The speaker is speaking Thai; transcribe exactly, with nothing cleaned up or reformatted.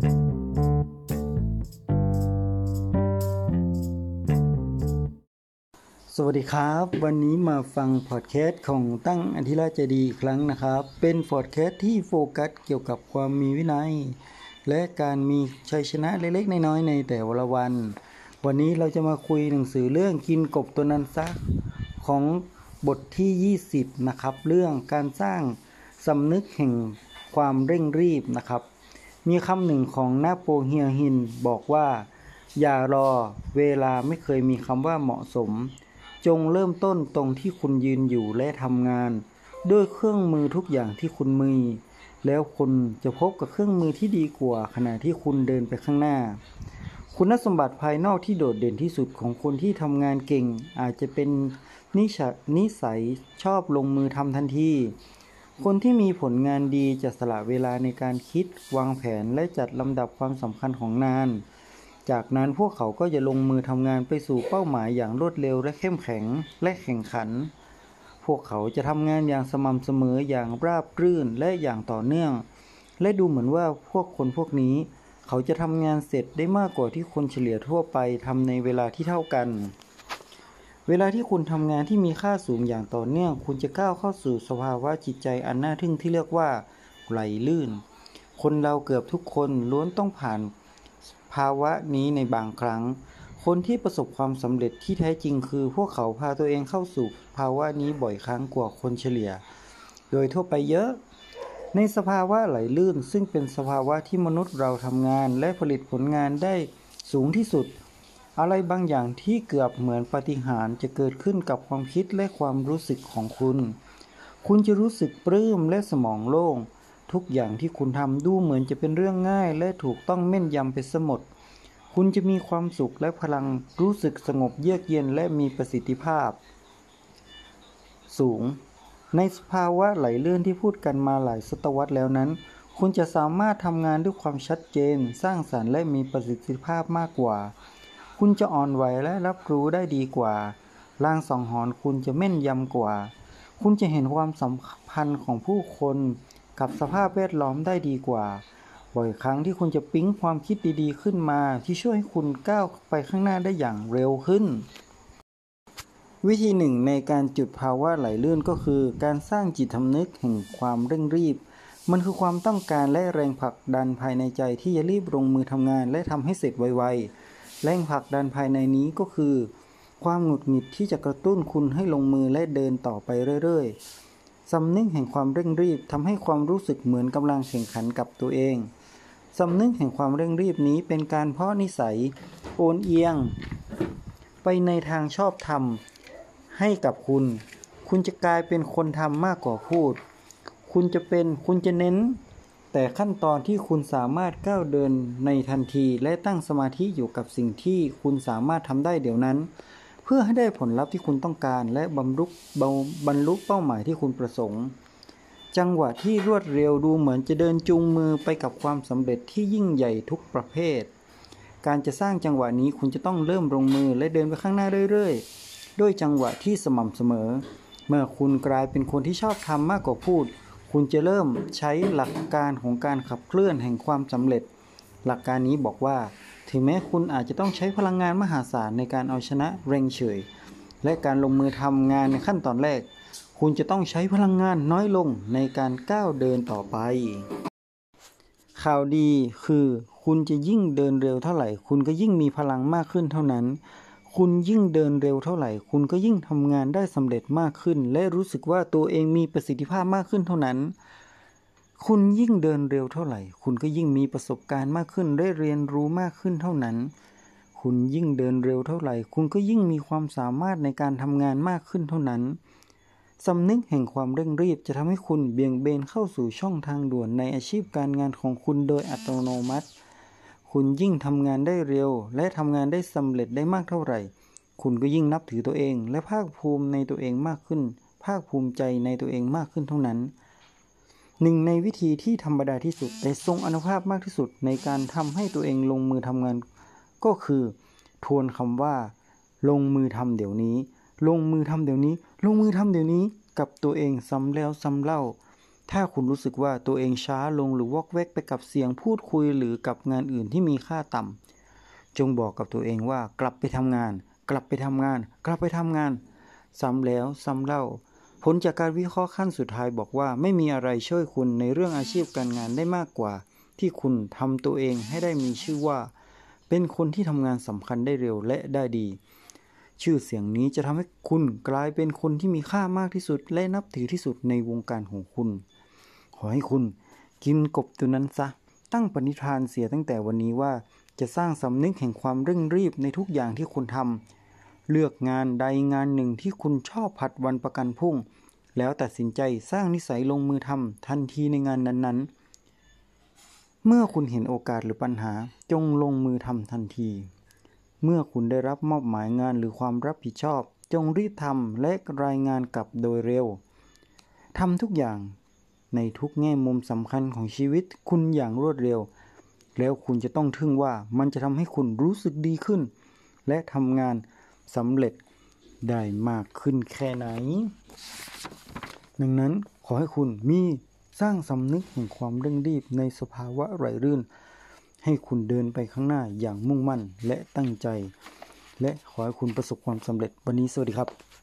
สวัสดีครับวันนี้มาฟังพอดแคสต์ของตั้งอธิราชใจดีอีกครั้งนะครับเป็นพอดแคสต์ที่โฟกัสเกี่ยวกับความมีวินัยและการมีชัยชนะเล็กๆน้อยๆในแต่ละวันวันนี้เราจะมาคุยหนังสือเรื่องกินกบตัวนั้นซะของบทที่ยี่สิบนะครับเรื่องการสร้างสำนึกแห่งความเร่งรีบนะครับมีคำหนึ่งของนาโปเฮียฮินบอกว่าอย่ารอเวลาไม่เคยมีคำว่าเหมาะสมจงเริ่มต้นตรงที่คุณยืนอยู่และทำงานด้วยเครื่องมือทุกอย่างที่คุณมีแล้วคุณจะพบกับเครื่องมือที่ดีกว่าขณะที่คุณเดินไปข้างหน้าคุณสมบัติภายนอกที่โดดเด่นที่สุดของคนที่ทำงานเก่งอาจจะเป็นนิสัยนิสัยชอบลงมือทำทันทีคนที่มีผลงานดีจะสละเวลาในการคิดวางแผนและจัดลำดับความสำคัญของงานจากนั้นพวกเขาก็จะลงมือทำงานไปสู่เป้าหมายอย่างรวดเร็วและเข้มแข็งและแข่งขันพวกเขาจะทำงานอย่างสม่ำเสมออย่างราบรื่นและอย่างต่อเนื่องและดูเหมือนว่าพวกคนพวกนี้เขาจะทำงานเสร็จได้มากกว่าที่คนเฉลี่ยทั่วไปทำในเวลาที่เท่ากันเวลาที่คุณทำงานที่มีค่าสูงอย่างต่อเนื่องคุณจะก้าวเข้าสู่สภาวะจิตใจอันน่าทึ่งที่เรียกว่าไหลลื่นคนเราเกือบทุกคนล้วนต้องผ่านภาวะนี้ในบางครั้งคนที่ประสบความสำเร็จที่แท้จริงคือพวกเขาพาตัวเองเข้าสู่ภาวะนี้บ่อยครั้งกว่าคนเฉลี่ยโดยทั่วไปเยอะในสภาวะไหลลื่นซึ่งเป็นสภาวะที่มนุษย์เราทำงานและผลิตผลงานได้สูงที่สุดอะไรบางอย่างที่เกือบเหมือนปาฏิหาริย์จะเกิดขึ้นกับความคิดและความรู้สึกของคุณคุณจะรู้สึกปลื้มและสมองโล่งทุกอย่างที่คุณทำดูเหมือนจะเป็นเรื่องง่ายและถูกต้องแม่นยำไปซะหมดคุณจะมีความสุขและพลังรู้สึกสงบเยือกเย็นและมีประสิทธิภาพสูงในสภาวะไหลลื่นที่พูดกันมาหลายศตวรรษแล้วนั้นคุณจะสามารถทำงานด้วยความชัดเจนสร้างสรรค์และมีประสิทธิภาพมากกว่าคุณจะอ่อนไหวและรับรู้ได้ดีกว่าลางสังหรณ์คุณจะแม่นยำกว่าคุณจะเห็นความสัมพันธ์ของผู้คนกับสภาพแวดล้อมได้ดีกว่าบ่อยครั้งที่คุณจะปิ๊งความคิดดีๆขึ้นมาที่ช่วยให้คุณก้าวไปข้างหน้าได้อย่างเร็วขึ้นวิธีหนึ่งในการจุดภาวะไหลลื่นก็คือการสร้างจิตสำนึกแห่งความเร่งรีบมันคือความต้องการและแรงผลักดันภายในใจที่จะรีบลงมือทำงานและทำให้เสร็จไวๆแรงผลักดันภายในนี้ก็คือความหงุดหงิดที่จะกระตุ้นคุณให้ลงมือและเดินต่อไปเรื่อยๆสำนึกแห่งความเร่งรีบทำให้ความรู้สึกเหมือนกำลังแข่งขันกับตัวเองสำนึกแห่งความเร่งรีบนี้เป็นการเพาะนิสัยโอนเอียงไปในทางชอบธรรมให้กับคุณคุณจะกลายเป็นคนทำมากกว่าพูดคุณจะเป็นคุณจะเน้นแต่ขั้นตอนที่คุณสามารถก้าวเดินในทันทีและตั้งสมาธิอยู่กับสิ่งที่คุณสามารถทำได้เดี๋ยวนั้นเพื่อให้ได้ผลลัพธ์ที่คุณต้องการและบรรลุบรรลุเป้าหมายที่คุณประสงค์จังหวะที่รวดเร็วดูเหมือนจะเดินจูงมือไปกับความสำเร็จที่ยิ่งใหญ่ทุกประเภทการจะสร้างจังหวะนี้คุณจะต้องเริ่มลงมือและเดินไปข้างหน้าเรื่อยๆด้วยจังหวะที่สม่ำเสมอเมื่อคุณกลายเป็นคนที่ชอบทำมากกว่าพูดคุณจะเริ่มใช้หลักการของการขับเคลื่อนแห่งความสำเร็จหลักการนี้บอกว่าถึงแม้คุณอาจจะต้องใช้พลังงานมหาศาลในการเอาชนะเร่งเฉยและการลงมือทำงานในขั้นตอนแรกคุณจะต้องใช้พลังงานน้อยลงในการก้าวเดินต่อไปข่าวดีคือคุณจะยิ่งเดินเร็วเท่าไหร่คุณก็ยิ่งมีพลังมากขึ้นเท่านั้นคุณยิ่งเดินเร็วเท่าไหร่คุณก็ยิ่งทำงานได้สำเร็จมากขึ้นและรู้สึกว่าตัวเองมีประสิทธิภาพมากขึ้นเท่านั้นคุณยิ่งเดินเร็วเท่าไหร่คุณก็ยิ่งมีประสบการณ์มากขึ้นได้เรียนรู้มากขึ้นเท่านั้นคุณยิ่งเดินเร็วเท่าไหร่คุณก็ยิ่งมีความสามารถในการทำงานมากขึ้นเท่านั้นสำนึกแห่งความเร่งรีบจะทำให้คุณเบี่ยงเบนเข้าสู่ช่องทางด่วนในอาชีพการงานของคุณโดยอัตโนมัติคุณยิ่งทำงานได้เร็วและทำงานได้สำเร็จได้มากเท่าไหร่คุณก็ยิ่งนับถือตัวเองและภาคภูมิในตัวเองมากขึ้นภาคภูมิใจในตัวเองมากขึ้นเท่านั้นหนึ่งในวิธีที่ธรรมดาที่สุดแต่ทรงอานุภาพมากที่สุดในการทำให้ตัวเองลงมือทำงานก็คือทวนคำว่าลงมือทำเดี๋ยวนี้ลงมือทำเดี๋ยวนี้ลงมือทำเดี๋ยวนี้กับตัวเองซ้ำแล้วซ้ำเล่าถ้าคุณรู้สึกว่าตัวเองช้าลงหรือวอกแวกไปกับเสียงพูดคุยหรือกับงานอื่นที่มีค่าต่ำจงบอกกับตัวเองว่ากลับไปทำงานกลับไปทำงานกลับไปทำงานซ้ำแล้วซ้ำเล่าผลจากการวิเคราะห์ขั้นสุดท้ายบอกว่าไม่มีอะไรช่วยคุณในเรื่องอาชีพการงานได้มากกว่าที่คุณทำตัวเองให้ได้มีชื่อว่าเป็นคนที่ทำงานสำคัญได้เร็วและได้ดีชื่อเสียงนี้จะทำให้คุณกลายเป็นคนที่มีค่ามากที่สุดและนับถือที่สุดในวงการของคุณขอให้คุณกินกบตัวนั้นซะตั้งปณิธานเสียตั้งแต่วันนี้ว่าจะสร้างสำนึกแห่งความเร่งรีบในทุกอย่างที่คุณทำเลือกงานใดงานหนึ่งที่คุณชอบผัดวันประกันพรุ่งแล้วตัดสินใจสร้างนิสัยลงมือทำทันทีในงานนั้นๆเมื่อคุณเห็นโอกาสหรือปัญหาจงลงมือทำทันทีเมื่อคุณได้รับมอบหมายงานหรือความรับผิดชอบจงรีบทำและรายงานกลับโดยเร็วทำทุกอย่างในทุกแง่มุมสำคัญของชีวิตคุณอย่างรวดเร็วแล้วคุณจะต้องทึ่งว่ามันจะทำให้คุณรู้สึกดีขึ้นและทำงานสำเร็จได้มากขึ้นแค่ไหนดังนั้นขอให้คุณมีสร้างสำนึกแห่งความเร่งรีบในสภาวะไหลลื่นให้คุณเดินไปข้างหน้าอย่างมุ่งมั่นและตั้งใจและขอให้คุณประสบความสำเร็จวันนี้สวัสดีครับ